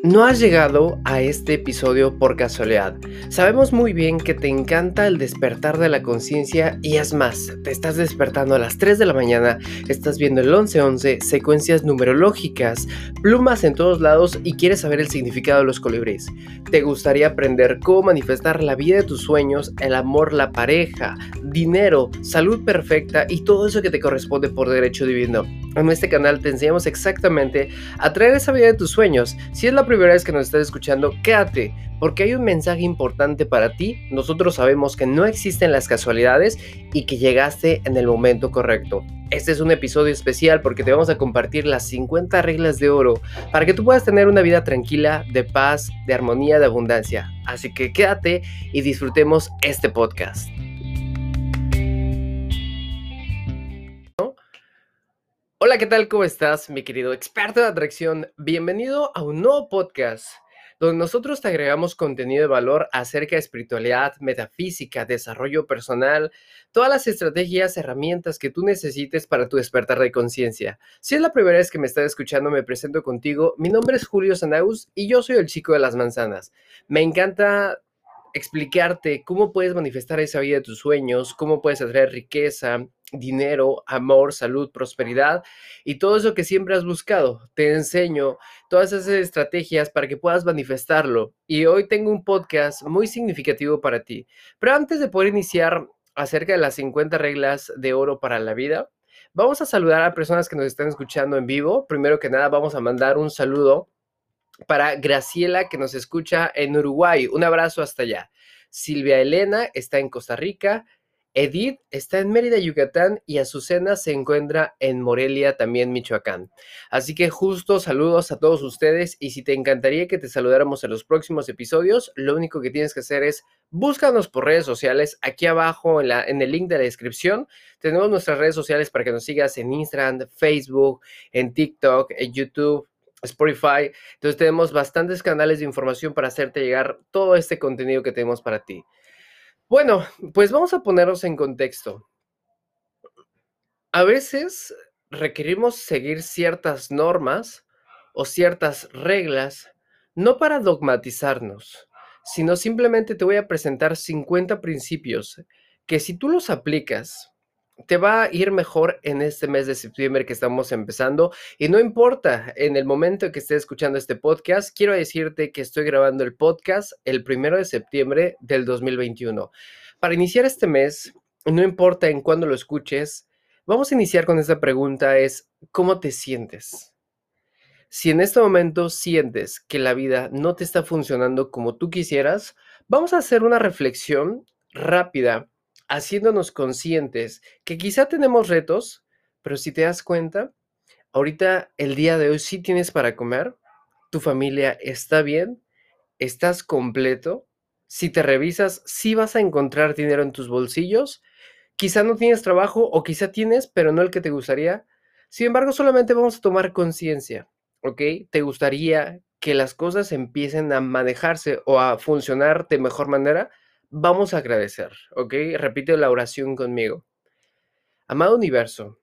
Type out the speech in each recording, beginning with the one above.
No has llegado a este episodio por casualidad. Sabemos muy bien que te encanta el despertar de la conciencia y es más, te estás despertando a las 3 de la mañana, estás viendo el 1111, secuencias numerológicas, plumas en todos lados y quieres saber el significado de los colibríes. Te gustaría aprender cómo manifestar la vida de tus sueños, el amor, la pareja, dinero, salud perfecta y todo eso que te corresponde por derecho divino. En este canal te enseñamos exactamente a traer esa vida de tus sueños. Si es la primera vez que nos estás escuchando, quédate, porque hay un mensaje importante para ti. Nosotros sabemos que no existen las casualidades y que llegaste en el momento correcto. Este es un episodio especial porque te vamos a compartir las 50 reglas de oro para que tú puedas tener una vida tranquila, de paz, de armonía, de abundancia. Así que quédate y disfrutemos este podcast. Hola, ¿qué tal? ¿Cómo estás, mi querido experto de atracción? Bienvenido a un nuevo podcast donde nosotros te agregamos contenido de valor acerca de espiritualidad, metafísica, desarrollo personal, todas las estrategias, herramientas que tú necesites para tu despertar de conciencia. Si es la primera vez que me estás escuchando, me presento contigo. Mi nombre es Julio Sanaus y yo soy el chico de las manzanas. Me encanta explicarte cómo puedes manifestar esa vida de tus sueños, cómo puedes atraer riqueza, dinero, amor, salud, prosperidad y todo eso que siempre has buscado. Te enseño todas esas estrategias para que puedas manifestarlo. Y hoy tengo un podcast muy significativo para ti. Pero antes de poder iniciar acerca de las 50 reglas de oro para la vida, vamos a saludar a personas que nos están escuchando en vivo. Primero que nada, vamos a mandar un saludo para Graciela, que nos escucha en Uruguay. Un abrazo hasta allá. Silvia Elena está en Costa Rica. Edith está en Mérida, Yucatán, y Azucena se encuentra en Morelia, también Michoacán. Así que justo saludos a todos ustedes, y si te encantaría que te saludáramos en los próximos episodios, lo único que tienes que hacer es búscanos por redes sociales. Aquí abajo en el link de la descripción tenemos nuestras redes sociales para que nos sigas en Instagram, Facebook, en TikTok, en YouTube, Spotify. Entonces tenemos bastantes canales de información para hacerte llegar todo este contenido que tenemos para ti. Bueno, pues vamos a ponernos en contexto. A veces requerimos seguir ciertas normas o ciertas reglas, no para dogmatizarnos, sino simplemente te voy a presentar 50 principios que si tú los aplicas, te va a ir mejor en este mes de septiembre que estamos empezando. Y no importa, en el momento que estés escuchando este podcast, quiero decirte que estoy grabando el podcast el 1 de septiembre del 2021. Para iniciar este mes, no importa en cuándo lo escuches, vamos a iniciar con esta pregunta, es ¿cómo te sientes? Si en este momento sientes que la vida no te está funcionando como tú quisieras, vamos a hacer una reflexión rápida, haciéndonos conscientes que quizá tenemos retos, pero si te das cuenta, ahorita el día de hoy sí tienes para comer, tu familia está bien, estás completo, si te revisas, sí vas a encontrar dinero en tus bolsillos. Quizá no tienes trabajo o quizá tienes, pero no el que te gustaría. Sin embargo, solamente vamos a tomar conciencia, ¿ok? ¿Te gustaría que las cosas empiecen a manejarse o a funcionar de mejor manera? Vamos a agradecer, ¿ok? Repite la oración conmigo. Amado universo,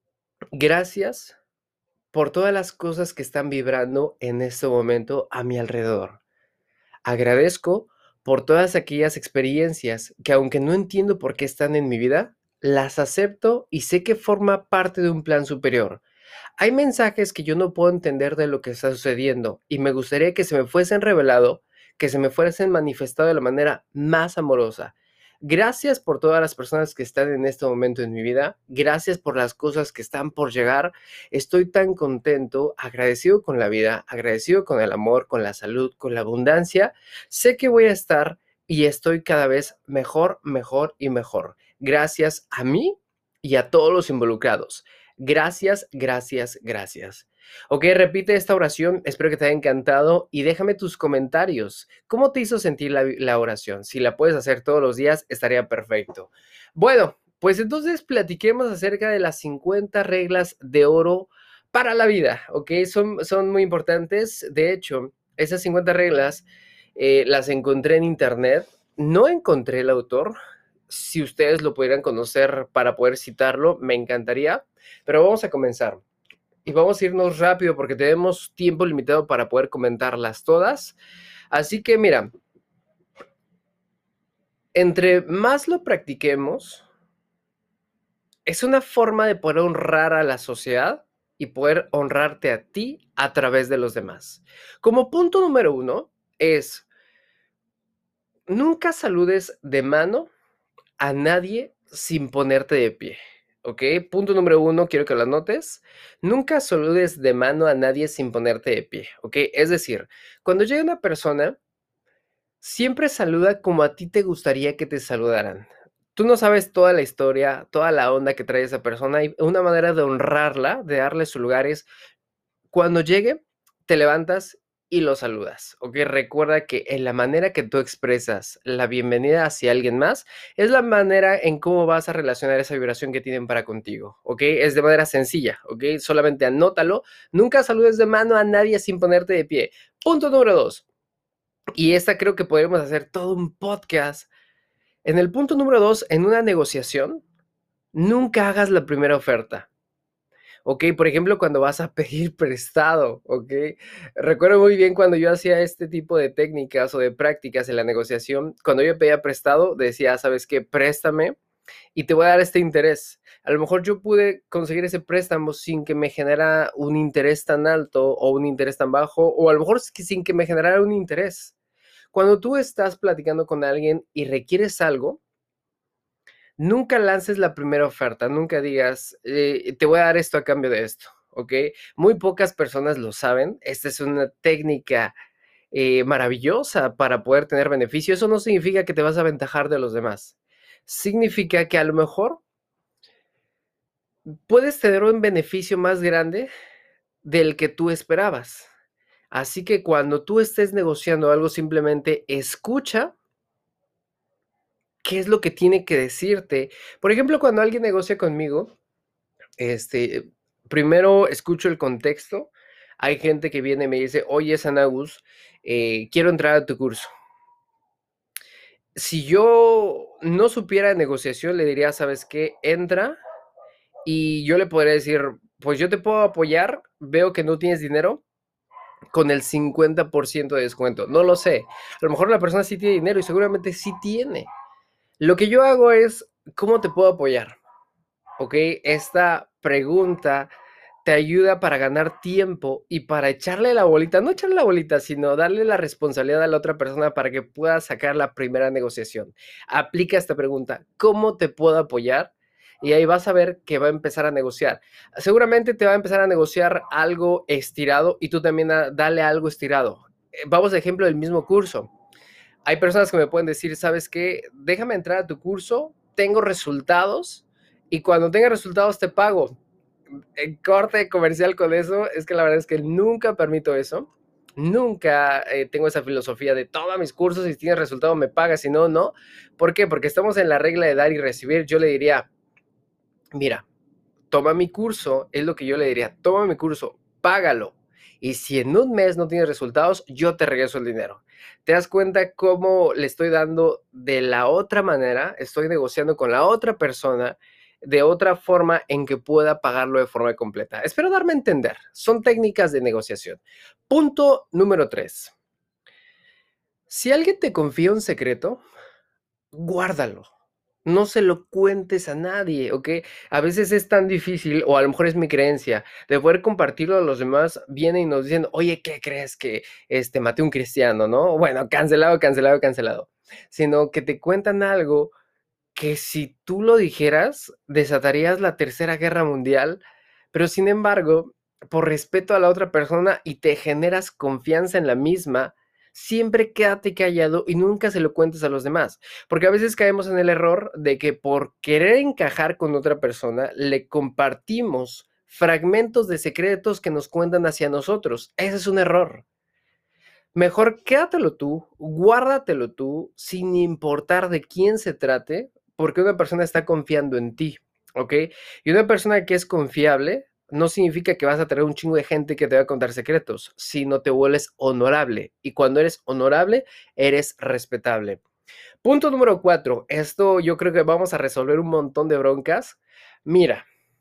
gracias por todas las cosas que están vibrando en este momento a mi alrededor. Agradezco por todas aquellas experiencias que, aunque no entiendo por qué están en mi vida, las acepto y sé que forma parte de un plan superior. Hay mensajes que yo no puedo entender de lo que está sucediendo y me gustaría que se me fuesen revelado, que se me fuesen manifestado de la manera más amorosa. Gracias por todas las personas que están en este momento en mi vida. Gracias por las cosas que están por llegar. Estoy tan contento, agradecido con la vida, agradecido con el amor, con la salud, con la abundancia. Sé que voy a estar y estoy cada vez mejor, mejor y mejor. Gracias a mí y a todos los involucrados. Gracias, gracias, gracias. Ok, repite esta oración, espero que te haya encantado y déjame tus comentarios. ¿Cómo te hizo sentir la oración? Si la puedes hacer todos los días, estaría perfecto. Bueno, pues entonces platiquemos acerca de las 50 reglas de oro para la vida, ¿ok? Son muy importantes. De hecho, esas 50 reglas las encontré en internet. No encontré el autor. Si ustedes lo pudieran conocer para poder citarlo, me encantaría. Pero vamos a comenzar. y vamos a irnos rápido porque tenemos tiempo limitado para poder comentarlas todas. Así que mira, entre más lo practiquemos, es una forma de poder honrar a la sociedad y poder honrarte a ti a través de los demás. Como punto número uno es, nunca saludes de mano a nadie sin ponerte de pie, ¿ok? Punto número uno, quiero que lo anotes. Nunca saludes de mano a nadie sin ponerte de pie, ¿ok? Es decir, cuando llega una persona, siempre saluda como a ti te gustaría que te saludaran. Tú no sabes toda la historia, toda la onda que trae esa persona y una manera de honrarla, de darle su lugar es cuando llegue, te levantas y lo saludas, ¿ok? Recuerda que en la manera que tú expresas la bienvenida hacia alguien más es la manera en cómo vas a relacionar esa vibración que tienen para contigo, ¿ok? Es de manera sencilla, ¿ok? Solamente anótalo. Nunca saludes de mano a nadie sin ponerte de pie. Punto número dos. Y esta creo que podríamos hacer todo un podcast. En el punto número dos, en una negociación, nunca hagas la primera oferta. ¿Ok? Por ejemplo, cuando vas a pedir prestado, ¿ok? Recuerdo muy bien cuando yo hacía este tipo de técnicas o de prácticas en la negociación, cuando yo pedía prestado, decía, ¿sabes qué? Préstame y te voy a dar este interés. A lo mejor yo pude conseguir ese préstamo sin que me generara un interés tan alto o un interés tan bajo, o a lo mejor sin que me generara un interés. Cuando tú estás platicando con alguien y requieres algo, nunca lances la primera oferta, nunca digas, te voy a dar esto a cambio de esto, ¿ok? Muy pocas personas lo saben. Esta es una técnica maravillosa para poder tener beneficio. Eso no significa que te vas a aventajar de los demás. Significa que a lo mejor puedes tener un beneficio más grande del que tú esperabas. Así que cuando tú estés negociando algo, simplemente escucha qué es lo que tiene que decirte. Por ejemplo, cuando alguien negocia conmigo, este, primero escucho el contexto. Hay gente que viene y me dice, oye, Sanagus, quiero entrar a tu curso. Si yo no supiera de negociación, le diría, ¿sabes qué? Entra y yo le podría decir, pues yo te puedo apoyar, veo que no tienes dinero, con el 50% de descuento. No lo sé. A lo mejor la persona sí tiene dinero y seguramente sí tiene. Lo que yo hago es, ¿cómo te puedo apoyar? ¿Ok? Esta pregunta te ayuda para ganar tiempo y para echarle la bolita, no echarle la bolita, sino darle la responsabilidad a la otra persona para que pueda sacar la primera negociación. Aplica esta pregunta, ¿cómo te puedo apoyar? Y ahí vas a ver que va a empezar a negociar. Seguramente te va a empezar a negociar algo estirado y tú también dale algo estirado. Vamos a ejemplo del mismo curso. Hay personas que me pueden decir, ¿sabes qué? Déjame entrar a tu curso, tengo resultados y cuando tenga resultados te pago. El corte comercial con eso es que la verdad es que nunca permito eso. Nunca tengo esa filosofía de toma mis cursos y si tienes resultado me pagas, si no, no. ¿Por qué? Porque estamos en la regla de dar y recibir. Yo le diría, mira, toma mi curso, es lo que yo le diría, toma mi curso, págalo. Y si en un mes no tienes resultados, yo te regreso el dinero. ¿Te das cuenta cómo le estoy dando de la otra manera? Estoy negociando con la otra persona de otra forma en que pueda pagarlo de forma completa. Espero darme a entender. Son técnicas de negociación. Punto número 3. Si alguien te confía un secreto, guárdalo. No se lo cuentes a nadie, ¿ok? A veces es tan difícil, o a lo mejor es mi creencia, de poder compartirlo a los demás, vienen y nos dicen, oye, ¿qué crees que maté a un cristiano, no? Bueno, cancelado, cancelado, cancelado. Sino que te cuentan algo que si tú lo dijeras, desatarías la Tercera Guerra Mundial, pero sin embargo, por respeto a la otra persona y te generas confianza en la misma, siempre quédate callado y nunca se lo cuentes a los demás, porque a veces caemos en el error de que por querer encajar con otra persona, le compartimos fragmentos de secretos que nos cuentan hacia nosotros. Ese es un error. Mejor quédatelo tú, guárdatelo tú, sin importar de quién se trate, porque una persona está confiando en ti, ¿ok? Y una persona que es confiable no significa que vas a tener un chingo de gente que te va a contar secretos, sino te vuelves honorable. Y cuando eres honorable, eres respetable. Punto número 4. Esto yo creo que vamos a resolver un montón de broncas. Mira,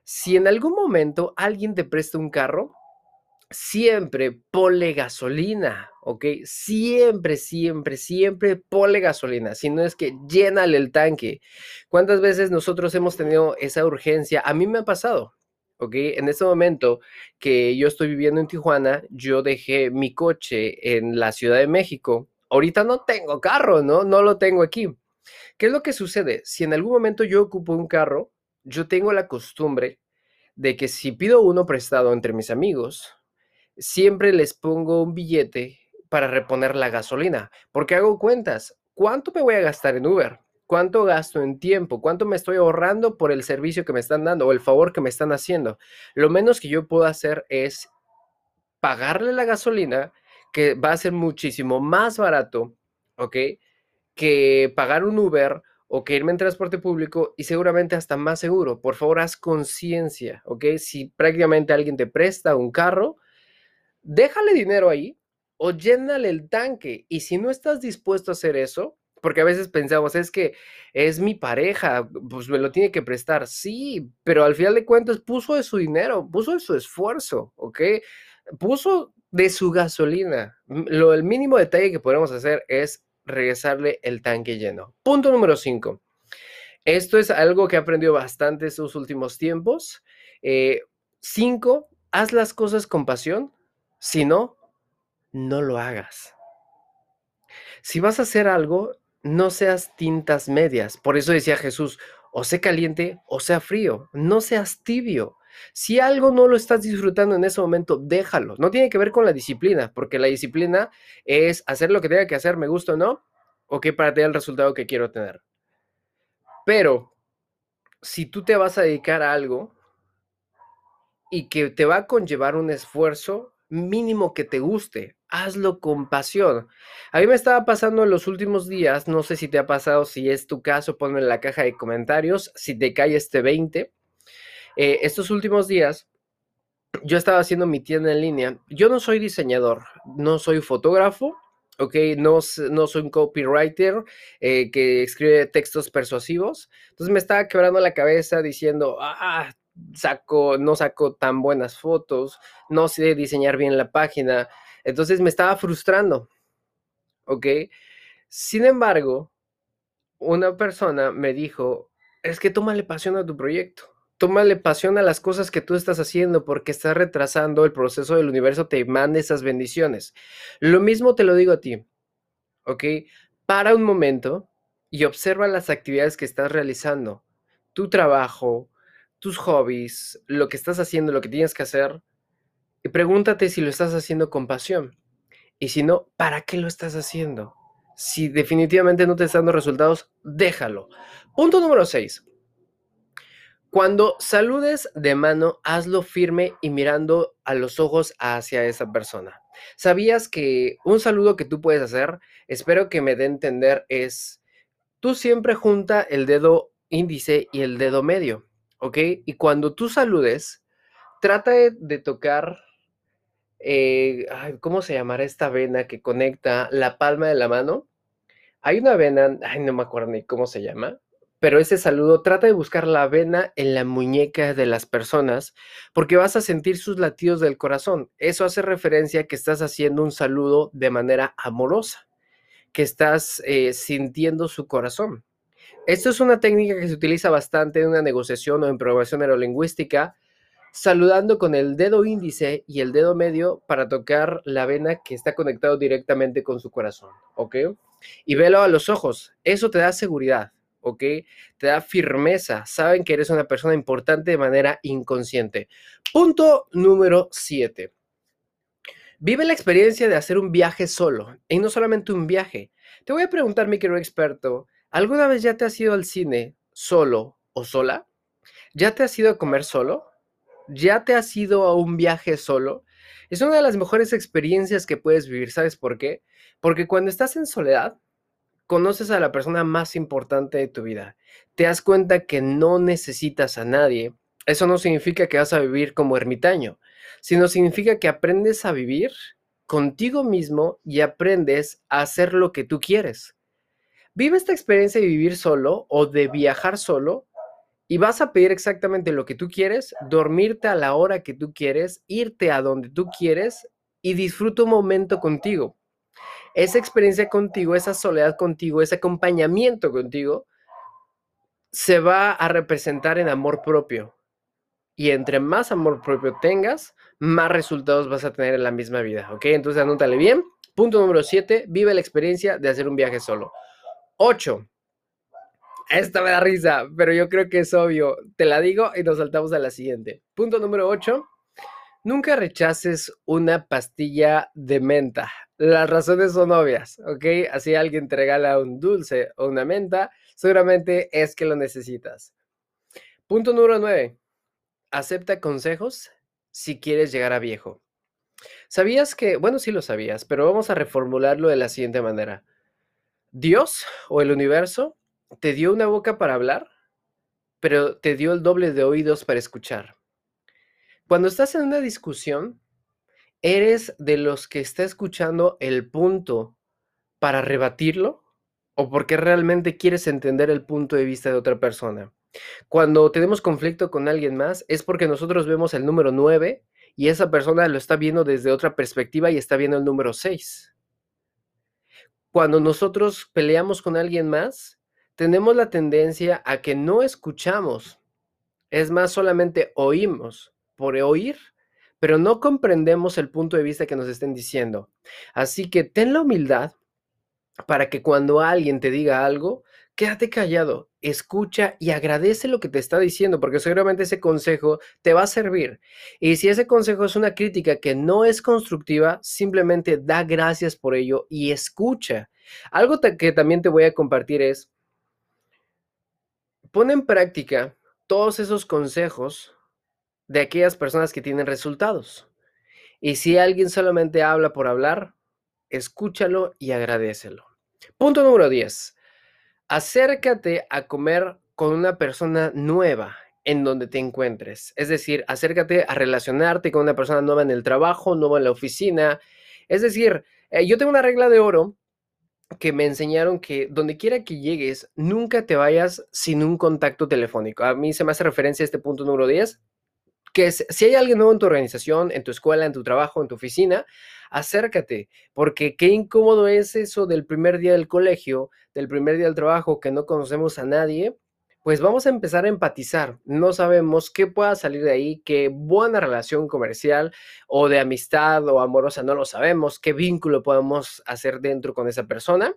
Si en algún momento alguien te presta un carro, siempre ponle gasolina, ¿ok? Siempre, siempre, siempre ponle gasolina. Si no es que llénale el tanque. ¿Cuántas veces nosotros hemos tenido esa urgencia? A mí me ha pasado, ¿ok? En este momento que yo estoy viviendo en Tijuana, yo dejé mi coche en la Ciudad de México. Ahorita no tengo carro, ¿no? No lo tengo aquí. ¿Qué es lo que sucede? Si en algún momento yo ocupo un carro, yo tengo la costumbre de que si pido uno prestado entre mis amigos, siempre les pongo un billete para reponer la gasolina, porque hago cuentas. ¿Cuánto me voy a gastar en Uber? ¿Cuánto gasto en tiempo? ¿Cuánto me estoy ahorrando por el servicio que me están dando o el favor que me están haciendo? Lo menos que yo puedo hacer es pagarle la gasolina, que va a ser muchísimo más barato, ¿ok? Que pagar un Uber o que irme en transporte público y seguramente hasta más seguro. Por favor, haz conciencia, ¿ok? Si prácticamente alguien te presta un carro, déjale dinero ahí o llénale el tanque. Y si no estás dispuesto a hacer eso, porque a veces pensamos, es que es mi pareja, pues me lo tiene que prestar. Sí, pero al final de cuentas puso de su dinero, puso de su esfuerzo, ¿ok? Puso de su gasolina. El mínimo detalle que podemos hacer es regresarle el tanque lleno. Punto número 5. Esto es algo que he aprendido bastante estos últimos tiempos. 5, haz las cosas con pasión. Si no, no lo hagas. Si vas a hacer algo, no seas tintas medias. Por eso decía Jesús, o sea caliente o sea frío, no seas tibio. Si algo no lo estás disfrutando en ese momento, déjalo. No tiene que ver con la disciplina, porque la disciplina es hacer lo que tenga que hacer, me gusta o no, o que para tener el resultado que quiero tener. Pero si tú te vas a dedicar a algo y que te va a conllevar un esfuerzo mínimo que te guste, hazlo con pasión. A mí me estaba pasando en los últimos días, no sé si te ha pasado, si es tu caso, ponme en la caja de comentarios, si te cae este 20. Estos últimos días yo estaba haciendo mi tienda en línea. Yo no soy diseñador, no soy fotógrafo, ¿ok? No, no soy un copywriter que escribe textos persuasivos. Entonces me estaba quebrando la cabeza diciendo, no saco tan buenas fotos, no sé diseñar bien la página. Entonces me estaba frustrando, ¿ok? Sin embargo, una persona me dijo, es que tómale pasión a tu proyecto, tómale pasión a las cosas que tú estás haciendo porque estás retrasando el proceso del universo, te manda esas bendiciones. Lo mismo te lo digo a ti, ¿ok? Para un momento y observa las actividades que estás realizando, tu trabajo, tus hobbies, lo que estás haciendo, lo que tienes que hacer, y pregúntate si lo estás haciendo con pasión. Y si no, ¿para qué lo estás haciendo? Si definitivamente no te está dando resultados, déjalo. Punto número 6. Cuando saludes de mano, hazlo firme y mirando a los ojos hacia esa persona. ¿Sabías que un saludo que tú puedes hacer, espero que me dé a entender, es tú siempre junta el dedo índice y el dedo medio, ¿ok? Y cuando tú saludes, trata de tocar ¿cómo se llamará esta vena que conecta la palma de la mano? Hay una vena, no me acuerdo ni cómo se llama, pero ese saludo trata de buscar la vena en la muñeca de las personas porque vas a sentir sus latidos del corazón. Eso hace referencia a que estás haciendo un saludo de manera amorosa, que estás sintiendo su corazón. Esto es una técnica que se utiliza bastante en una negociación o en programación neurolingüística, saludando con el dedo índice y el dedo medio para tocar la vena que está conectado directamente con su corazón, ¿ok? Y velo a los ojos, eso te da seguridad, ¿ok? Te da firmeza, saben que eres una persona importante de manera inconsciente. Punto número 7. Vive la experiencia de hacer un viaje solo, y no solamente un viaje. Te voy a preguntar, mi querido experto, ¿alguna vez ya te has ido al cine solo o sola? ¿Ya te has ido a comer solo? ¿Ya te has ido a un viaje solo? Es una de las mejores experiencias que puedes vivir. ¿Sabes por qué? Porque cuando estás en soledad, conoces a la persona más importante de tu vida. Te das cuenta que no necesitas a nadie. Eso no significa que vas a vivir como ermitaño, sino significa que aprendes a vivir contigo mismo y aprendes a hacer lo que tú quieres. Vive esta experiencia de vivir solo o de viajar solo Y vas a pedir exactamente lo que tú quieres, dormirte a la hora que tú quieres, irte a donde tú quieres y disfruta un momento contigo. Esa experiencia contigo, esa soledad contigo, ese acompañamiento contigo, se va a representar en amor propio. Y entre más amor propio tengas, más resultados vas a tener en la misma vida, ¿ok? Entonces anótale bien. Punto número 7, vive la experiencia de hacer un viaje solo. 8, esta me da risa, pero yo creo que es obvio. Te la digo y nos saltamos a la siguiente. Punto número 8, nunca rechaces una pastilla de menta. Las razones son obvias, ¿ok? Así alguien te regala un dulce o una menta, seguramente es que lo necesitas. Punto número 9, acepta consejos si quieres llegar a viejo. ¿Sabías que, bueno, sí lo sabías, pero vamos a reformularlo de la siguiente manera? Dios o el universo te dio una boca para hablar, pero te dio el doble de oídos para escuchar. Cuando estás en una discusión, ¿eres de los que está escuchando el punto para rebatirlo o porque realmente quieres entender el punto de vista de otra persona? Cuando tenemos conflicto con alguien más es porque nosotros vemos el número 9 y esa persona lo está viendo desde otra perspectiva y está viendo el número 6. Cuando nosotros peleamos con alguien más, tenemos la tendencia a que no escuchamos. Es más, solamente oímos por oír, pero no comprendemos el punto de vista que nos estén diciendo. Así que ten la humildad para que cuando alguien te diga algo, quédate callado, escucha y agradece lo que te está diciendo, porque seguramente ese consejo te va a servir. Y si ese consejo es una crítica que no es constructiva, simplemente da gracias por ello y escucha. Algo que también te voy a compartir es, pon en práctica todos esos consejos de aquellas personas que tienen resultados. Y si alguien solamente habla por hablar, escúchalo y agradécelo. Punto número 10. Acércate a comer con una persona nueva en donde te encuentres. Es decir, acércate a relacionarte con una persona nueva en el trabajo, nueva en la oficina. Es decir, yo tengo una regla de oro que me enseñaron que donde quiera que llegues, nunca te vayas sin un contacto telefónico. A mí se me hace referencia a este punto número 10, que es, si hay alguien nuevo en tu organización, en tu escuela, en tu trabajo, en tu oficina, acércate, porque qué incómodo es eso del primer día del colegio, del primer día del trabajo, que no conocemos a nadie, pues vamos a empezar a empatizar. No sabemos qué pueda salir de ahí, qué buena relación comercial o de amistad o amorosa, no lo sabemos, qué vínculo podemos hacer dentro con esa persona.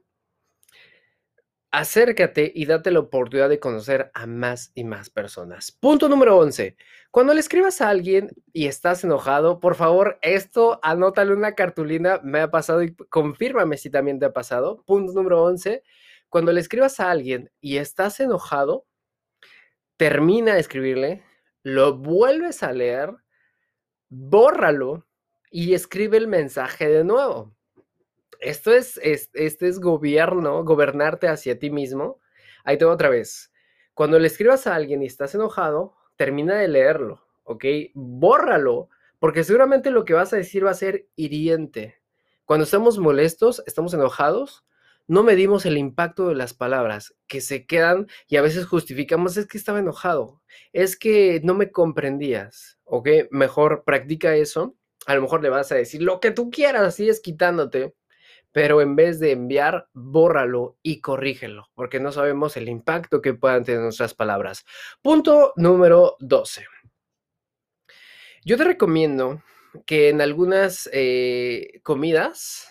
Acércate y date la oportunidad de conocer a más y más personas. Punto número 11. Cuando le escribas a alguien y estás enojado, por favor, esto anótale una cartulina. Me ha pasado y confírmame si también te ha pasado. Punto número 11. Cuando le escribas a alguien y estás enojado, termina de escribirle, lo vuelves a leer, bórralo y escribe el mensaje de nuevo. Este es gobernarte hacia ti mismo. Ahí te va otra vez. Cuando le escribas a alguien y estás enojado, termina de leerlo, ¿ok? Bórralo, porque seguramente lo que vas a decir va a ser hiriente. Cuando estamos molestos, estamos enojados, no medimos el impacto de las palabras que se quedan y a veces justificamos, es que estaba enojado, es que no me comprendías, ¿ok? Mejor practica eso. A lo mejor le vas a decir lo que tú quieras, así es quitándote, pero en vez de enviar, bórralo y corrígelo, porque no sabemos el impacto que puedan tener nuestras palabras. Punto número 12. Yo te recomiendo que en algunas comidas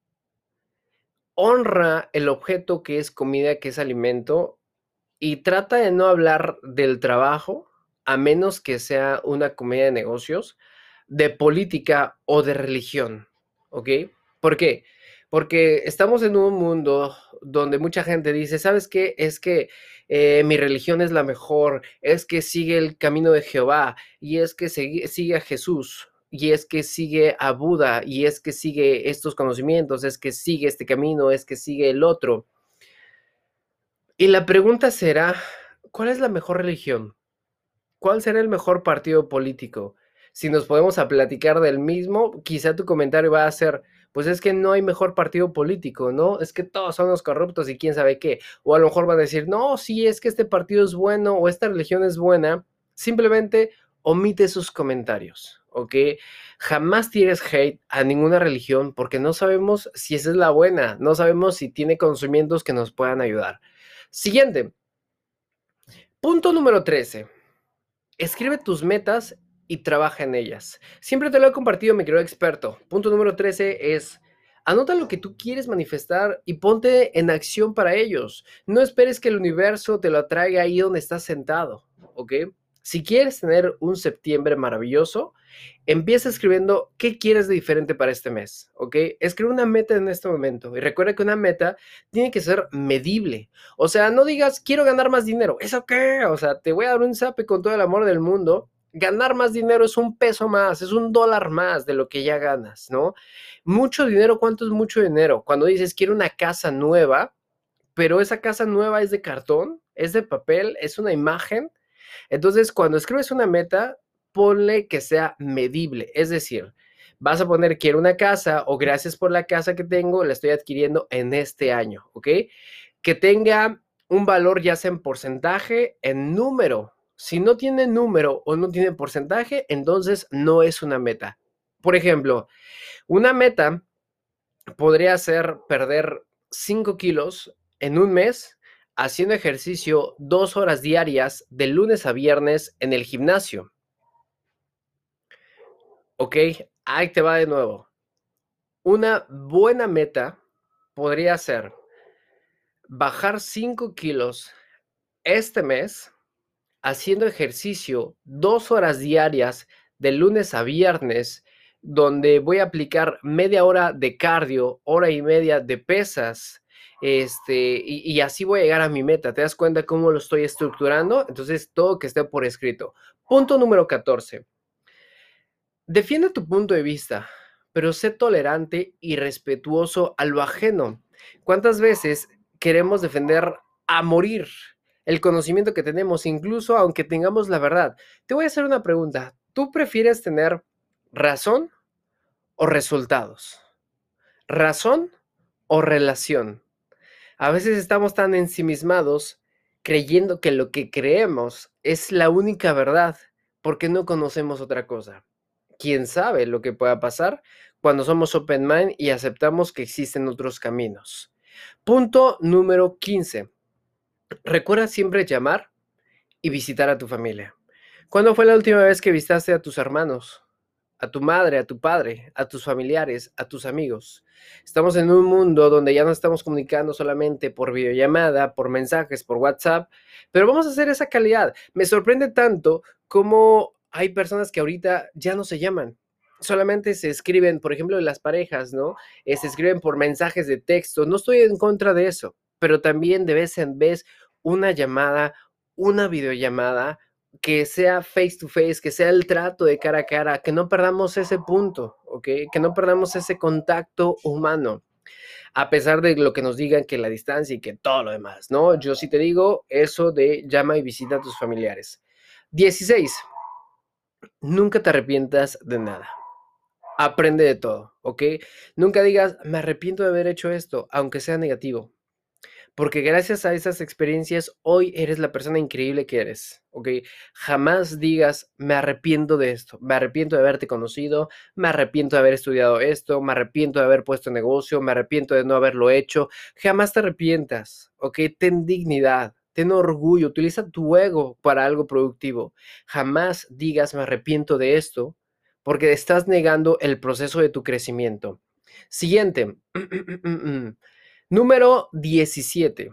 honra el objeto que es comida, que es alimento, y trata de no hablar del trabajo, a menos que sea una comida de negocios, de política o de religión, ¿ok? ¿Por qué? Porque estamos en un mundo donde mucha gente dice, ¿sabes qué? Es que mi religión es la mejor, es que sigue el camino de Jehová, y es que sigue a Jesús, y es que sigue a Buda, y es que sigue estos conocimientos, es que sigue este camino, es que sigue el otro. Y la pregunta será, ¿cuál es la mejor religión? ¿Cuál será el mejor partido político? Si nos podemos a platicar del mismo, quizá tu comentario va a ser, Pues es que no hay mejor partido político, ¿no? Es que todos son los corruptos y quién sabe qué. O a lo mejor van a decir, no, sí, es que este partido es bueno o esta religión es buena. Simplemente omite sus comentarios, ¿ok? Jamás tires hate a ninguna religión porque no sabemos si esa es la buena, no sabemos si tiene conocimientos que nos puedan ayudar. Siguiente, punto número 13. Escribe tus metas y trabaja en ellas. Siempre te lo he compartido, mi querido experto. Punto número 13 es, anota lo que tú quieres manifestar y ponte en acción para ellos. No esperes que el universo te lo traiga ahí donde estás sentado, ¿ok? Si quieres tener un septiembre maravilloso, empieza escribiendo qué quieres de diferente para este mes, ¿ok? Escribe una meta en este momento y recuerda que una meta tiene que ser medible. O sea, no digas, quiero ganar más dinero. ¿Eso qué? O sea, te voy a dar un zape con todo el amor del mundo. Ganar más dinero es un peso más, es un dólar más de lo que ya ganas, ¿no? Mucho dinero, ¿cuánto es mucho dinero? Cuando dices, quiero una casa nueva, pero esa casa nueva es de cartón, es de papel, es una imagen. Entonces, cuando escribes una meta, ponle que sea medible. Es decir, vas a poner quiero una casa o gracias por la casa que tengo, la estoy adquiriendo en este año, ¿ok? Que tenga un valor ya sea en porcentaje, en número. Si no tiene número o no tiene porcentaje, entonces no es una meta. Por ejemplo, una meta podría ser perder 5 kilos en un mes haciendo ejercicio 2 horas diarias de lunes a viernes en el gimnasio. Ok, ahí te va de nuevo. Una buena meta podría ser bajar 5 kilos este mes haciendo ejercicio 2 horas diarias de lunes a viernes, donde voy a aplicar media hora de cardio, hora y media de pesas, y así voy a llegar a mi meta. ¿Te das cuenta cómo lo estoy estructurando? Entonces, todo que esté por escrito. Punto número 14. Defiende tu punto de vista, pero sé tolerante y respetuoso a lo ajeno. ¿Cuántas veces queremos defender a morir el conocimiento que tenemos, incluso aunque tengamos la verdad? Te voy a hacer una pregunta. ¿Tú prefieres tener razón o resultados? ¿Razón o relación? A veces estamos tan ensimismados creyendo que lo que creemos es la única verdad porque no conocemos otra cosa. ¿Quién sabe lo que pueda pasar cuando somos open mind y aceptamos que existen otros caminos? Punto número 15. Recuerda siempre llamar y visitar a tu familia. ¿Cuándo fue la última vez que visitaste a tus hermanos, a tu madre, a tu padre, a tus familiares, a tus amigos? Estamos en un mundo donde ya no estamos comunicando solamente por videollamada, por mensajes, por WhatsApp, pero vamos a hacer esa calidad. Me sorprende tanto cómo hay personas que ahorita ya no se llaman. Solamente se escriben, por ejemplo, en las parejas, ¿no? Se escriben por mensajes de texto. No estoy en contra de eso, pero también de vez en vez una llamada, una videollamada, que sea face to face, que sea el trato de cara a cara, que no perdamos ese punto, ¿ok? Que no perdamos ese contacto humano, a pesar de lo que nos digan que la distancia y que todo lo demás, ¿no? Yo sí te digo eso de llama y visita a tus familiares. 16. Nunca te arrepientas de nada. Aprende de todo, ¿ok? Nunca digas, me arrepiento de haber hecho esto, aunque sea negativo. Porque gracias a esas experiencias hoy eres la persona increíble que eres, ¿ok? Jamás digas, me arrepiento de esto, me arrepiento de haberte conocido, me arrepiento de haber estudiado esto, me arrepiento de haber puesto negocio, me arrepiento de no haberlo hecho. Jamás te arrepientas, ¿ok? Ten dignidad, ten orgullo, utiliza tu ego para algo productivo. Jamás digas, me arrepiento de esto, porque estás negando el proceso de tu crecimiento. Siguiente. Número 17.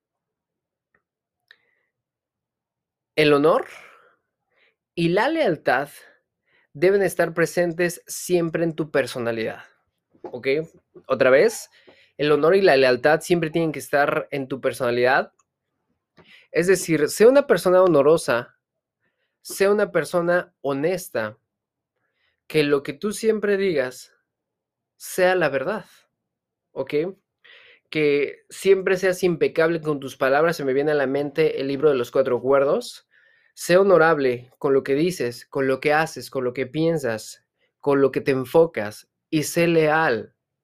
El honor y la lealtad deben estar presentes siempre en tu personalidad. ¿Ok? Otra vez, el honor y la lealtad siempre tienen que estar en tu personalidad. Es decir, sea una persona honorosa, sea una persona honesta, que lo que tú siempre digas sea la verdad. ¿Ok? Que siempre seas impecable con tus palabras. Se me viene a la mente el libro de los 4 acuerdos. Sé honorable con lo que dices, con lo que haces, con lo que piensas, con lo que te enfocas y sé leal,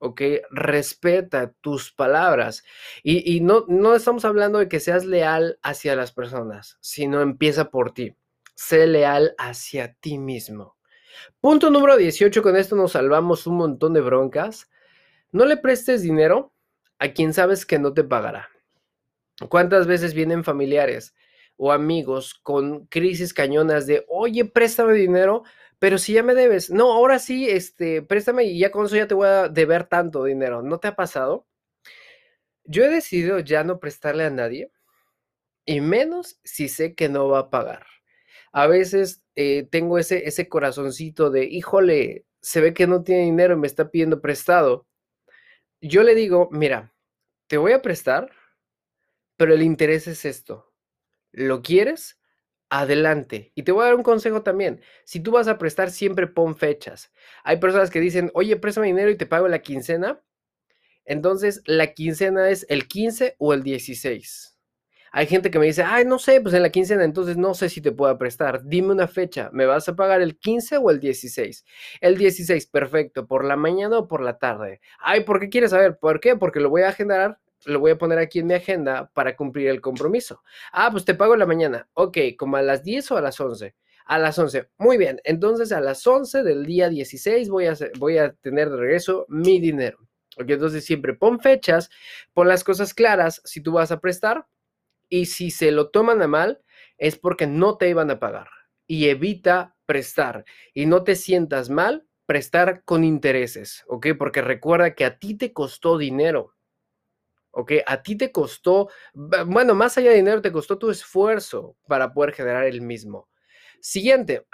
¿ok? Respeta tus palabras. Y no estamos hablando de que seas leal hacia las personas, sino empieza por ti. Sé leal hacia ti mismo. Punto número 18, con esto nos salvamos un montón de broncas. No le prestes dinero a quien sabes que no te pagará. ¿Cuántas veces vienen familiares o amigos con crisis cañonas de, oye, préstame dinero, pero si ya me debes? No, ahora sí, préstame y ya con eso ya te voy a deber tanto dinero. ¿No te ha pasado? Yo he decidido ya no prestarle a nadie y menos si sé que no va a pagar. A veces tengo ese corazoncito de, híjole, se ve que no tiene dinero y me está pidiendo prestado. Yo le digo, mira, te voy a prestar, pero el interés es esto. ¿Lo quieres? Adelante. Y te voy a dar un consejo también. Si tú vas a prestar, siempre pon fechas. Hay personas que dicen, oye, préstame dinero y te pago la quincena. Entonces, la quincena es el 15 o el 16. Hay gente que me dice, ay, no sé, pues en la quincena, entonces no sé si te puedo prestar. Dime una fecha, ¿me vas a pagar el 15 o el 16? El 16, perfecto, ¿por la mañana o por la tarde? Ay, ¿por qué quieres saber? ¿Por qué? Porque lo voy a agendar, lo voy a poner aquí en mi agenda para cumplir el compromiso. Ah, pues te pago en la mañana. Ok, ¿como a las 10 o a las 11? A las 11. Muy bien, entonces a las 11 del día 16 voy a tener de regreso mi dinero. Ok, entonces siempre pon fechas, pon las cosas claras si tú vas a prestar y si se lo toman a mal es porque no te iban a pagar y evita prestar y no te sientas mal prestar con intereses, ¿ok? Porque recuerda que a ti te costó dinero, ¿ok? A ti te costó, bueno, más allá de dinero, te costó tu esfuerzo para poder generar el mismo. Siguiente,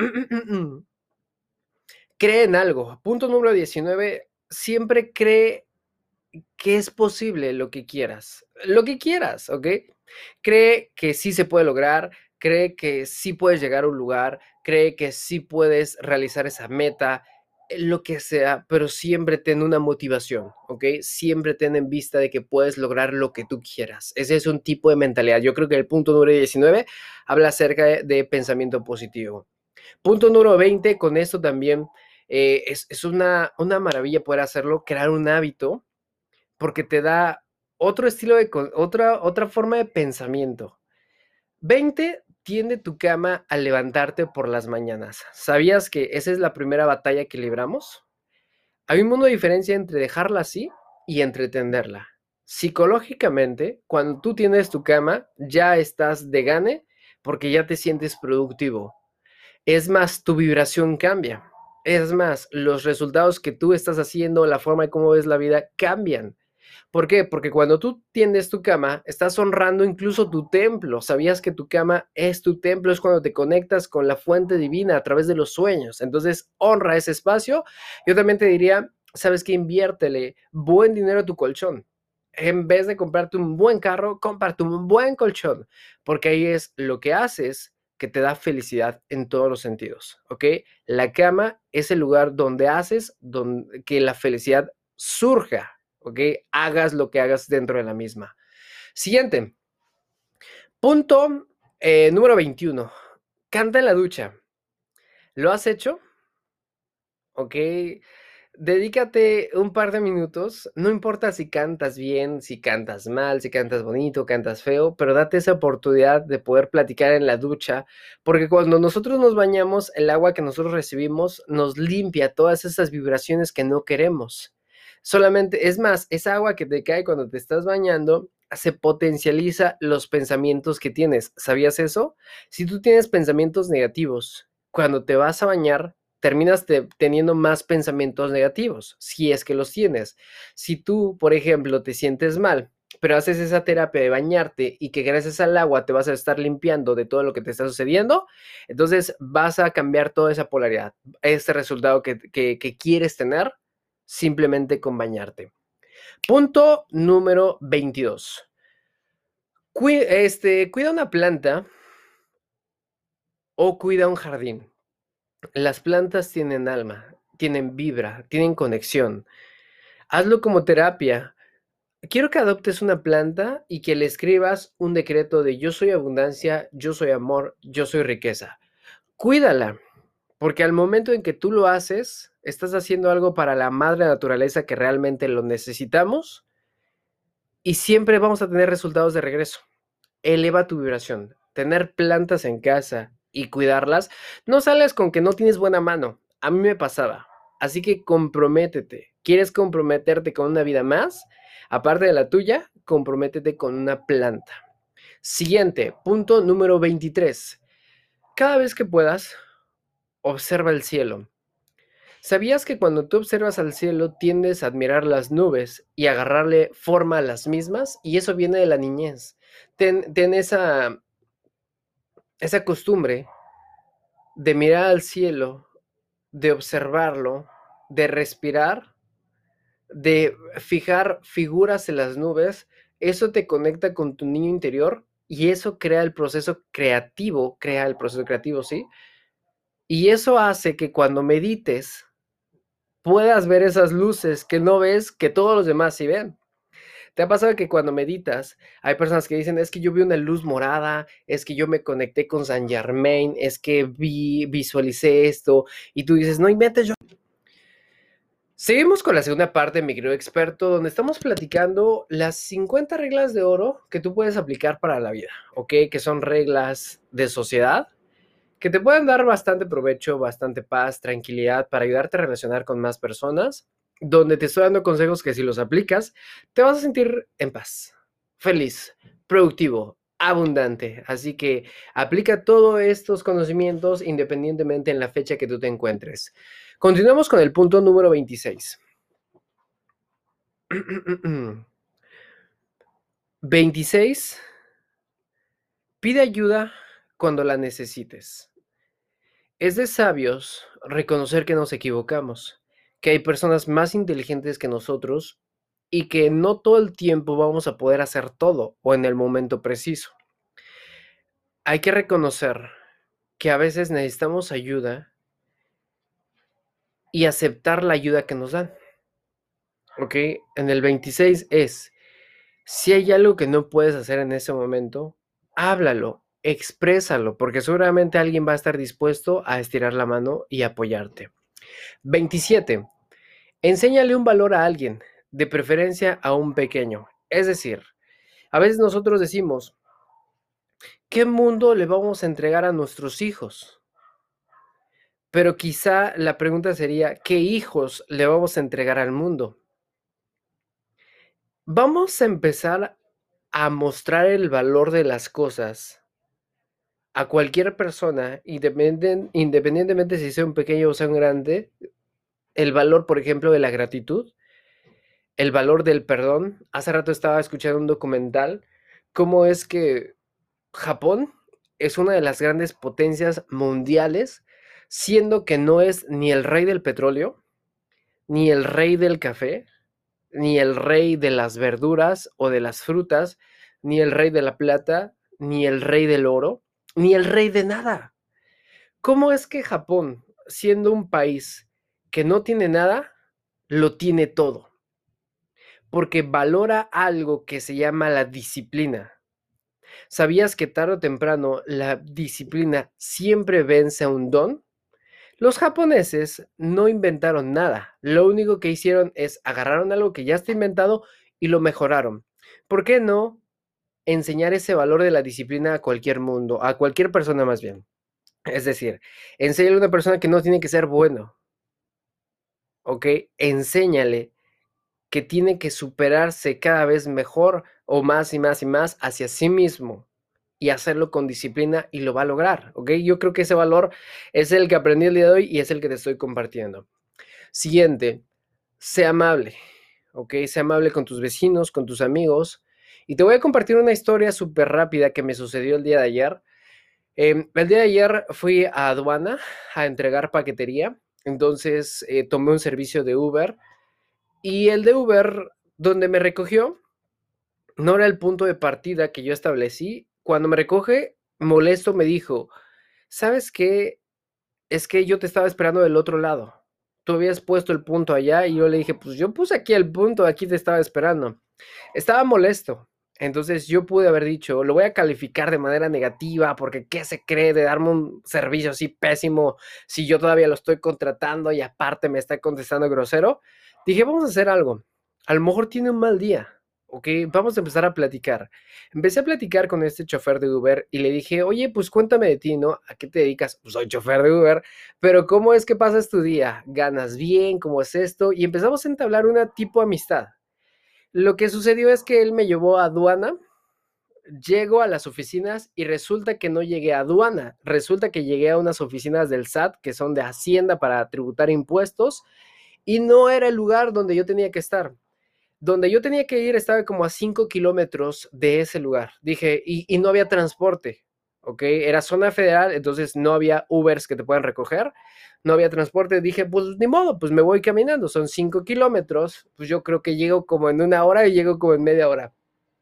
cree en algo. Punto número 19, siempre cree que es posible lo que quieras, ¿ok? Cree que sí se puede lograr, cree que sí puedes llegar a un lugar, cree que sí puedes realizar esa meta, lo que sea, pero siempre ten una motivación, ¿ok? Siempre ten en vista de que puedes lograr lo que tú quieras. Ese es un tipo de mentalidad. Yo creo que el punto número 19 habla acerca de pensamiento positivo. Punto número 20, con esto también es una maravilla poder hacerlo, crear un hábito porque te da otro estilo de otra forma de pensamiento. 20, tiende tu cama a levantarte por las mañanas. ¿Sabías que esa es la primera batalla que libramos? Hay un mundo de diferencia entre dejarla así y entretenerla. Psicológicamente, cuando tú tienes tu cama, ya estás de gane porque ya te sientes productivo. Es más, tu vibración cambia. Es más, los resultados que tú estás haciendo, la forma de cómo ves la vida cambian. ¿Por qué? Porque cuando tú tiendes tu cama, estás honrando incluso tu templo. ¿Sabías que tu cama es tu templo? Es cuando te conectas con la fuente divina a través de los sueños. Entonces, honra ese espacio. Yo también te diría, ¿sabes qué? Inviértele buen dinero a tu colchón. En vez de comprarte un buen carro, cómprate un buen colchón, porque ahí es lo que haces que te da felicidad en todos los sentidos, ¿ok? La cama es el lugar donde haces que la felicidad surja, ¿ok? Hagas lo que hagas dentro de la misma. Siguiente. Punto número 21. Canta en la ducha. ¿Lo has hecho? ¿Ok? Dedícate un par de minutos, no importa si cantas bien, si cantas mal, si cantas bonito, cantas feo, pero date esa oportunidad de poder platicar en la ducha, porque cuando nosotros nos bañamos, el agua que nosotros recibimos nos limpia todas esas vibraciones que no queremos. Solamente, es más, esa agua que te cae cuando te estás bañando se potencializa los pensamientos que tienes. ¿Sabías eso? Si tú tienes pensamientos negativos, cuando te vas a bañar, terminas teniendo más pensamientos negativos, si es que los tienes. Si tú, por ejemplo, te sientes mal, pero haces esa terapia de bañarte y que gracias al agua te vas a estar limpiando de todo lo que te está sucediendo, entonces vas a cambiar toda esa polaridad, este resultado que quieres tener simplemente con bañarte. Punto número 22. Cuida una planta o cuida un jardín. Las plantas tienen alma, tienen vibra, tienen conexión. Hazlo como terapia. Quiero que adoptes una planta y que le escribas un decreto de yo soy abundancia, yo soy amor, yo soy riqueza. Cuídala, porque al momento en que tú lo haces, estás haciendo algo para la madre naturaleza que realmente lo necesitamos y siempre vamos a tener resultados de regreso. Eleva tu vibración. Tener plantas en casa y cuidarlas, no sales con que no tienes buena mano. A mí me pasaba. Así que comprométete. ¿Quieres comprometerte con una vida más? Aparte de la tuya, comprométete con una planta. Siguiente, punto número 23. Cada vez que puedas, observa el cielo. ¿Sabías que cuando tú observas al cielo tiendes a admirar las nubes y agarrarle forma a las mismas? Y eso viene de la niñez. Ten esa costumbre de mirar al cielo, de observarlo, de respirar, de fijar figuras en las nubes. Eso te conecta con tu niño interior y eso crea el proceso creativo, ¿sí? Y eso hace que cuando medites puedas ver esas luces que no ves, que todos los demás sí ven. ¿Te ha pasado que cuando meditas hay personas que dicen, es que yo vi una luz morada, es que yo me conecté con San Germain, es que visualicé esto, y tú dices, no inventes yo? Seguimos con la segunda parte, mi querido experto, donde estamos platicando las 50 reglas de oro que tú puedes aplicar para la vida, ¿ok? Que son reglas de sociedad que te pueden dar bastante provecho, bastante paz, tranquilidad para ayudarte a relacionar con más personas, donde te estoy dando consejos que si los aplicas, te vas a sentir en paz, feliz, productivo, abundante. Así que aplica todos estos conocimientos independientemente en la fecha que tú te encuentres. Continuamos con el punto número 26. 26. Pide ayuda cuando la necesites. Es de sabios reconocer que nos equivocamos, que hay personas más inteligentes que nosotros y que no todo el tiempo vamos a poder hacer todo o en el momento preciso. Hay que reconocer que a veces necesitamos ayuda y aceptar la ayuda que nos dan. ¿Ok? En el 26 es, si hay algo que no puedes hacer en ese momento, háblalo, exprésalo, porque seguramente alguien va a estar dispuesto a estirar la mano y apoyarte. 27. Enséñale un valor a alguien, de preferencia a un pequeño. Es decir, a veces nosotros decimos, ¿qué mundo le vamos a entregar a nuestros hijos? Pero quizá la pregunta sería, ¿qué hijos le vamos a entregar al mundo? Vamos a empezar a mostrar el valor de las cosas a cualquier persona, independientemente si sea un pequeño o sea un grande, el valor, por ejemplo, de la gratitud, el valor del perdón. Hace rato estaba escuchando un documental, cómo es que Japón es una de las grandes potencias mundiales, siendo que no es ni el rey del petróleo, ni el rey del café, ni el rey de las verduras o de las frutas, ni el rey de la plata, ni el rey del oro, ni el rey de nada. ¿Cómo es que Japón, siendo un país que no tiene nada, lo tiene todo? Porque valora algo que se llama la disciplina. ¿Sabías que tarde o temprano la disciplina siempre vence a un don? Los japoneses no inventaron nada. Lo único que hicieron es agarraron algo que ya está inventado y lo mejoraron. ¿Por qué no enseñar ese valor de la disciplina a cualquier mundo, a cualquier persona más bien? Es decir, enséñale a una persona que no tiene que ser bueno, ¿ok? Enséñale que tiene que superarse cada vez mejor o más y más y más hacia sí mismo y hacerlo con disciplina y lo va a lograr, ¿ok? Yo creo que ese valor es el que aprendí el día de hoy y es el que te estoy compartiendo. Siguiente, sé amable, ¿ok? Sé amable con tus vecinos, con tus amigos. Y te voy a compartir una historia súper rápida que me sucedió el día de ayer. El día de ayer fui a aduana a entregar paquetería, entonces tomé un servicio de Uber y el de Uber donde me recogió no era el punto de partida que yo establecí. Cuando me recoge, molesto, me dijo, ¿sabes qué? Es que yo te estaba esperando del otro lado. Tú habías puesto el punto allá y yo le dije, pues yo puse aquí el punto, aquí te estaba esperando. Estaba molesto. Entonces yo pude haber dicho, lo voy a calificar de manera negativa porque ¿qué se cree de darme un servicio así pésimo si yo todavía lo estoy contratando y aparte me está contestando grosero? Dije, vamos a hacer algo. A lo mejor tiene un mal día, ¿ok? Vamos a empezar a platicar. Empecé a platicar con este chofer de Uber y le dije, oye, pues cuéntame de ti, ¿no? ¿A qué te dedicas? Pues soy chofer de Uber, pero ¿cómo es que pasas tu día? ¿Ganas bien? ¿Cómo es esto? Y empezamos a entablar una tipo amistad. Lo que sucedió es que él me llevó a aduana, llego a las oficinas y resulta que no llegué a aduana, resulta que llegué a unas oficinas del SAT que son de Hacienda para tributar impuestos y no era el lugar donde yo tenía que estar. Donde yo tenía que ir estaba como a 5 kilómetros de ese lugar. Dije, y no había transporte, ¿ok? Era zona federal, entonces no había Ubers que te puedan recoger, no había transporte. Dije, pues ni modo, pues me voy caminando, son 5 kilómetros, pues yo creo que llego como en una hora y llego como en media hora.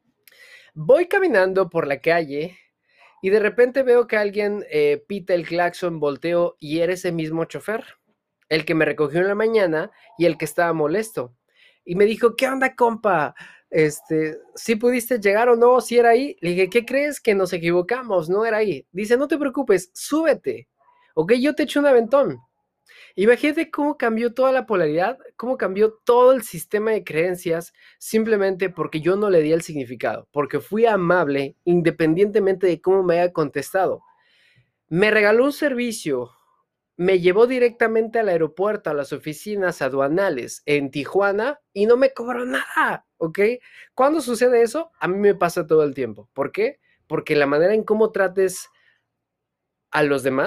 Voy caminando por la calle y de repente veo que alguien pita el claxon, volteo y era ese mismo chofer, el que me recogió en la mañana y el que estaba molesto. Y me dijo, ¿qué onda, compa? ¿Sí pudiste llegar o no? ¿Sí era ahí? Le dije, ¿qué crees? Que nos equivocamos, no era ahí. Dice, no te preocupes, súbete. Ok, yo te echo un aventón. Imagínate cómo cambió toda la polaridad, cómo cambió todo el sistema de creencias simplemente porque yo no le di el significado, porque fui amable independientemente de cómo me haya contestado. Me regaló un servicio, me llevó directamente al aeropuerto, a las oficinas aduanales en Tijuana y no me cobró nada, ¿ok? ¿Cuándo sucede eso? A mí me pasa todo el tiempo. ¿Por qué? Porque la manera en cómo trates a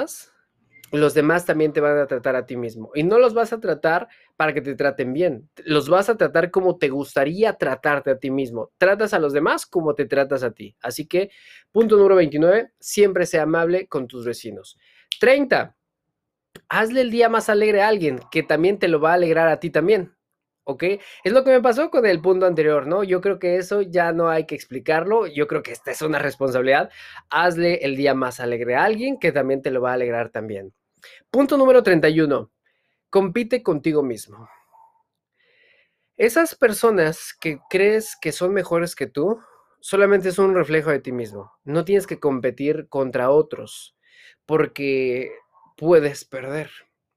los demás también te van a tratar a ti mismo. Y no los vas a tratar para que te traten bien. Los vas a tratar como te gustaría tratarte a ti mismo. Tratas a los demás como te tratas a ti. Así que, punto número 29, siempre sea amable con tus vecinos. 30, hazle el día más alegre a alguien que también te lo va a alegrar a ti también. ¿Ok? Es lo que me pasó con el punto anterior, ¿no? Yo creo que eso ya no hay que explicarlo. Yo creo que esta es una responsabilidad. Hazle el día más alegre a alguien que también te lo va a alegrar también. Punto número 31. Compite contigo mismo. Esas personas que crees que son mejores que tú, solamente son un reflejo de ti mismo. No tienes que competir contra otros, porque puedes perder.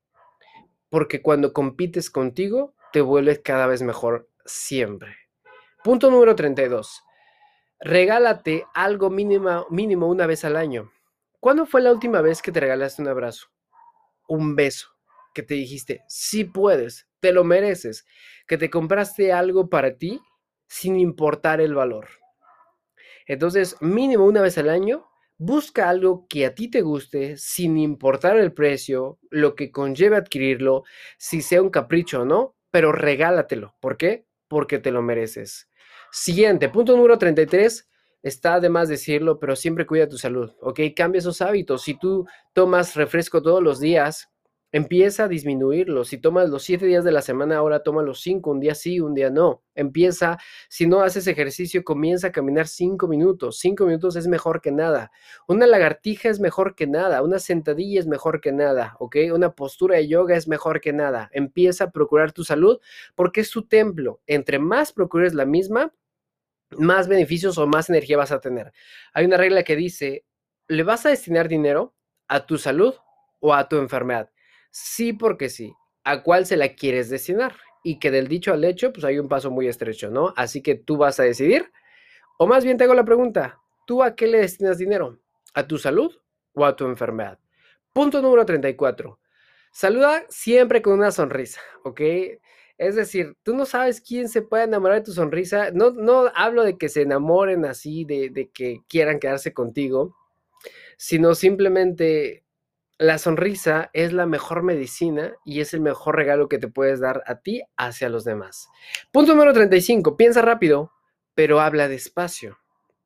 Porque cuando compites contigo, te vuelves cada vez mejor siempre. Punto número 32. Regálate algo mínimo una vez al año. ¿Cuándo fue la última vez que te regalaste un abrazo? Un beso, que te dijiste, sí puedes, te lo mereces, que te compraste algo para ti sin importar el valor. Entonces, mínimo una vez al año, busca algo que a ti te guste sin importar el precio, lo que conlleve adquirirlo, si sea un capricho o no, pero regálatelo. ¿Por qué? Porque te lo mereces. Siguiente, punto número 33. Está de más decirlo, pero siempre cuida tu salud, ¿ok? Cambia esos hábitos. Si tú tomas refresco todos los días, empieza a disminuirlo. Si tomas los 7 días de la semana, ahora toma los 5, un día sí, un día no. Empieza, si no haces ejercicio, comienza a caminar 5 minutos. 5 minutos es mejor que nada. Una lagartija es mejor que nada. Una sentadilla es mejor que nada, ¿ok? Una postura de yoga es mejor que nada. Empieza a procurar tu salud porque es tu templo. Entre más procures la misma, más beneficios o más energía vas a tener. Hay una regla que dice, ¿le vas a destinar dinero a tu salud o a tu enfermedad? Sí, porque sí. ¿A cuál se la quieres destinar? Y que del dicho al hecho, pues hay un paso muy estrecho, ¿no? Así que tú vas a decidir, o más bien te hago la pregunta, ¿tú a qué le destinas dinero? ¿A tu salud o a tu enfermedad? Punto número 34. Saluda siempre con una sonrisa, ¿ok? Es decir, tú no sabes quién se puede enamorar de tu sonrisa. No, no hablo de que se enamoren así, de que quieran quedarse contigo, sino simplemente la sonrisa es la mejor medicina y es el mejor regalo que te puedes dar a ti hacia los demás. Punto número 35. Piensa rápido, pero habla despacio.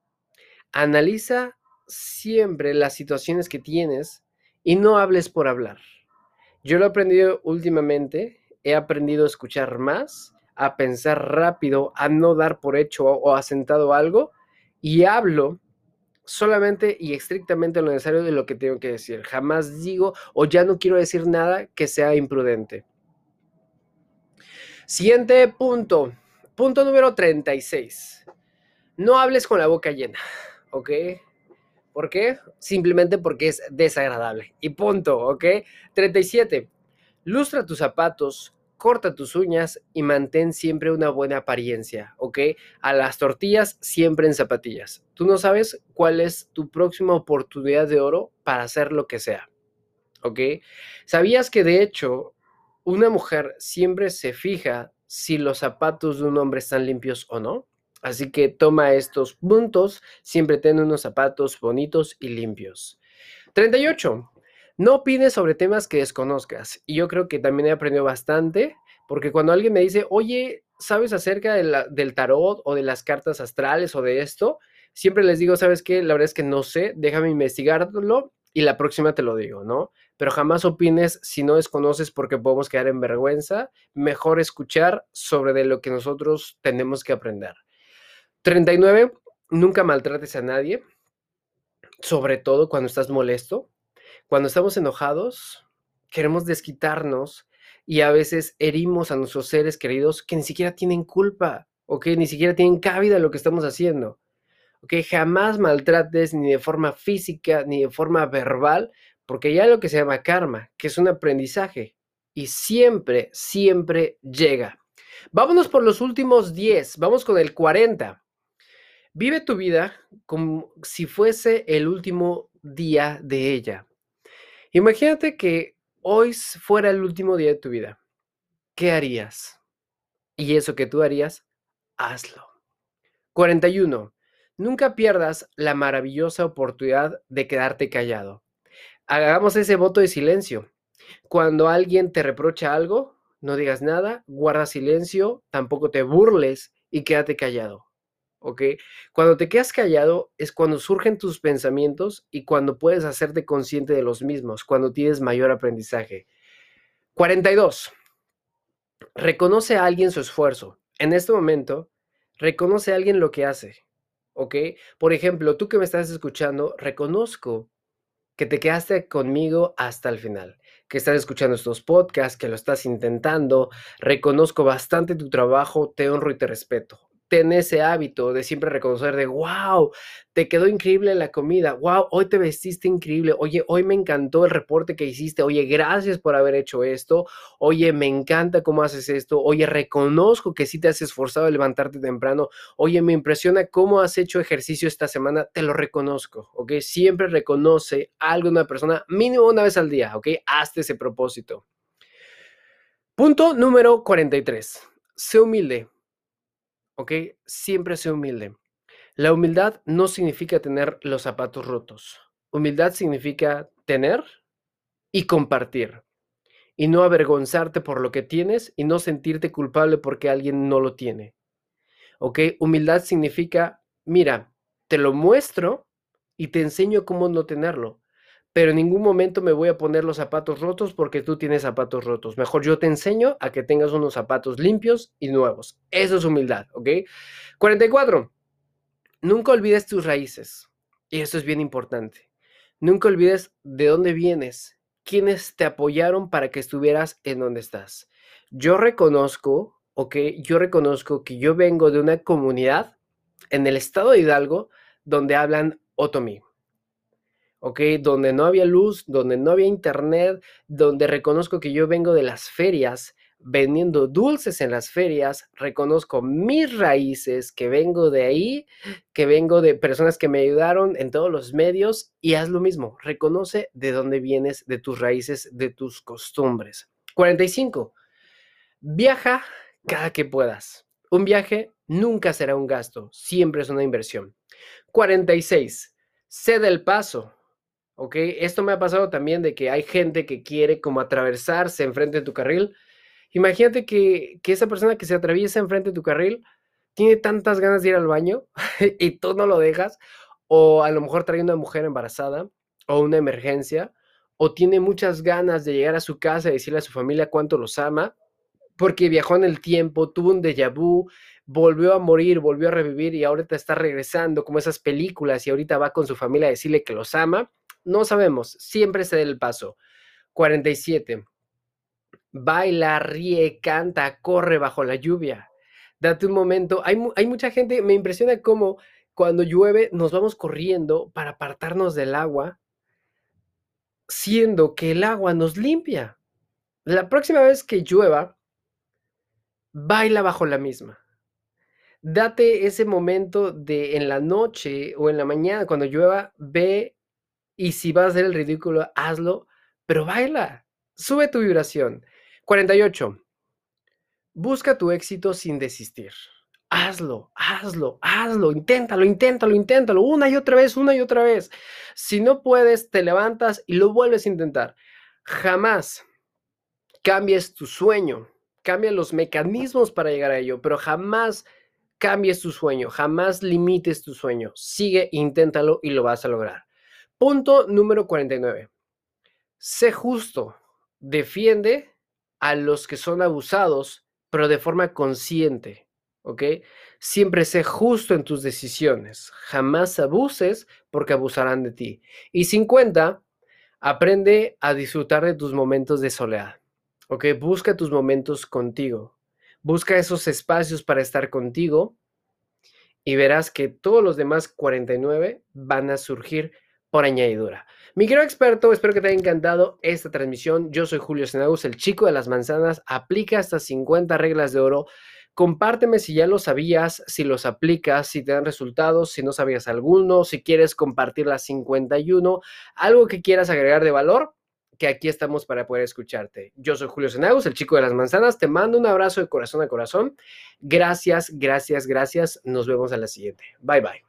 Analiza siempre las situaciones que tienes y no hables por hablar. Yo lo he aprendido últimamente, he aprendido a escuchar más, a pensar rápido, a no dar por hecho o asentado algo y hablo solamente y estrictamente lo necesario de lo que tengo que decir. Jamás digo o ya no quiero decir nada que sea imprudente. Siguiente punto. Punto número 36. No hables con la boca llena, ¿ok? ¿Por qué? Simplemente porque es desagradable. Y punto, ¿ok? 37. Lustra tus zapatos, corta tus uñas y mantén siempre una buena apariencia, ¿ok? A las tortillas siempre en zapatillas. Tú no sabes cuál es tu próxima oportunidad de oro para hacer lo que sea, ¿ok? ¿Sabías que de hecho una mujer siempre se fija si los zapatos de un hombre están limpios o no? Así que toma estos puntos, siempre ten unos zapatos bonitos y limpios. 38. No opines sobre temas que desconozcas. Y yo creo que también he aprendido bastante, porque cuando alguien me dice, oye, ¿sabes acerca del tarot o de las cartas astrales o de esto? Siempre les digo, ¿sabes qué? La verdad es que no sé, déjame investigarlo y la próxima te lo digo, ¿no? Pero jamás opines si no desconoces porque podemos quedar en vergüenza. Mejor escuchar sobre de lo que nosotros tenemos que aprender. 39. Nunca maltrates a nadie, sobre todo cuando estás molesto. Cuando estamos enojados, queremos desquitarnos y a veces herimos a nuestros seres queridos que ni siquiera tienen culpa o que ni siquiera tienen cabida en lo que estamos haciendo. ¿Ok? Jamás maltrates ni de forma física ni de forma verbal, porque hay algo que se llama karma, que es un aprendizaje y siempre, siempre llega. Vámonos por los últimos 10, vamos con el 40. Vive tu vida como si fuese el último día de ella. Imagínate que hoy fuera el último día de tu vida. ¿Qué harías? Y eso que tú harías, hazlo. 41. Nunca pierdas la maravillosa oportunidad de quedarte callado. Hagamos ese voto de silencio. Cuando alguien te reprocha algo, no digas nada, guarda silencio, tampoco te burles y quédate callado. ¿Ok? Cuando te quedas callado es cuando surgen tus pensamientos y cuando puedes hacerte consciente de los mismos, cuando tienes mayor aprendizaje. 42. Reconoce a alguien su esfuerzo. En este momento, reconoce a alguien lo que hace, ¿ok? Por ejemplo, tú que me estás escuchando, reconozco que te quedaste conmigo hasta el final, que estás escuchando estos podcasts, que lo estás intentando. Reconozco bastante tu trabajo, te honro y te respeto. Ten ese hábito de siempre reconocer de, wow, te quedó increíble la comida, wow, hoy te vestiste increíble, oye, hoy me encantó el reporte que hiciste, oye, gracias por haber hecho esto, oye, me encanta cómo haces esto, oye, reconozco que sí te has esforzado de levantarte temprano, oye, me impresiona cómo has hecho ejercicio esta semana, te lo reconozco, ¿ok? Siempre reconoce algo de una persona mínimo una vez al día, ¿ok? Hazte ese propósito. Punto número 43. Sé humilde, ¿ok? Siempre sé humilde. La humildad no significa tener los zapatos rotos. Humildad significa tener y compartir. Y no avergonzarte por lo que tienes y no sentirte culpable porque alguien no lo tiene. ¿Ok? Humildad significa, mira, te lo muestro y te enseño cómo no tenerlo, pero en ningún momento me voy a poner los zapatos rotos porque tú tienes zapatos rotos. Mejor yo te enseño a que tengas unos zapatos limpios y nuevos. Eso es humildad, ¿ok? 44. Nunca olvides tus raíces. Y eso es bien importante. Nunca olvides de dónde vienes, quiénes te apoyaron para que estuvieras en donde estás. Yo reconozco, ¿ok? Yo reconozco que yo vengo de una comunidad en el estado de Hidalgo donde hablan otomí. ¿Ok? Donde no había luz, donde no había internet, donde reconozco que yo vengo de las ferias, vendiendo dulces en las ferias, reconozco mis raíces, que vengo de ahí, que vengo de personas que me ayudaron en todos los medios y haz lo mismo, reconoce de dónde vienes, de tus raíces, de tus costumbres. 45. Viaja cada que puedas. Un viaje nunca será un gasto, siempre es una inversión. 46. Cede el paso. ¿Ok? Esto me ha pasado también de que hay gente que quiere como atravesarse enfrente de tu carril. Imagínate que esa persona que se atraviesa enfrente de tu carril tiene tantas ganas de ir al baño y tú no lo dejas, o a lo mejor trae una mujer embarazada o una emergencia, o tiene muchas ganas de llegar a su casa y decirle a su familia cuánto los ama, porque viajó en el tiempo, tuvo un déjà vu, volvió a morir, volvió a revivir y ahorita está regresando como esas películas y ahorita va con su familia a decirle que los ama. No sabemos, siempre se dé el paso. 47. Baila, ríe, canta, corre bajo la lluvia. Date un momento. Hay mucha gente, me impresiona cómo cuando llueve nos vamos corriendo para apartarnos del agua, siendo que el agua nos limpia. La próxima vez que llueva, baila bajo la misma. Date ese momento de en la noche o en la mañana cuando llueva, ve y si vas a hacer el ridículo, hazlo, pero baila, sube tu vibración. 48. Busca tu éxito sin desistir. Hazlo, hazlo, hazlo, inténtalo, inténtalo, inténtalo, una y otra vez, una y otra vez. Si no puedes, te levantas y lo vuelves a intentar. Jamás cambies tu sueño, cambia los mecanismos para llegar a ello, pero jamás cambies tu sueño, jamás limites tu sueño. Sigue, inténtalo y lo vas a lograr. Punto número 49. Sé justo. Defiende a los que son abusados, pero de forma consciente, ¿ok? Siempre sé justo en tus decisiones. Jamás abuses porque abusarán de ti. Y 50. Aprende a disfrutar de tus momentos de soledad, ¿ok? Busca tus momentos contigo. Busca esos espacios para estar contigo y verás que todos los demás 49 van a surgir por añadidura. Mi querido experto, espero que te haya encantado esta transmisión. Yo soy Julio Senagus, el chico de las manzanas. Aplica estas 50 reglas de oro. Compárteme si ya lo sabías, si los aplicas, si te dan resultados, si no sabías alguno, si quieres compartir las 51, algo que quieras agregar de valor, que aquí estamos para poder escucharte. Yo soy Julio Senagus, el chico de las manzanas. Te mando un abrazo de corazón a corazón. Gracias, gracias, gracias. Nos vemos a la siguiente. Bye, bye.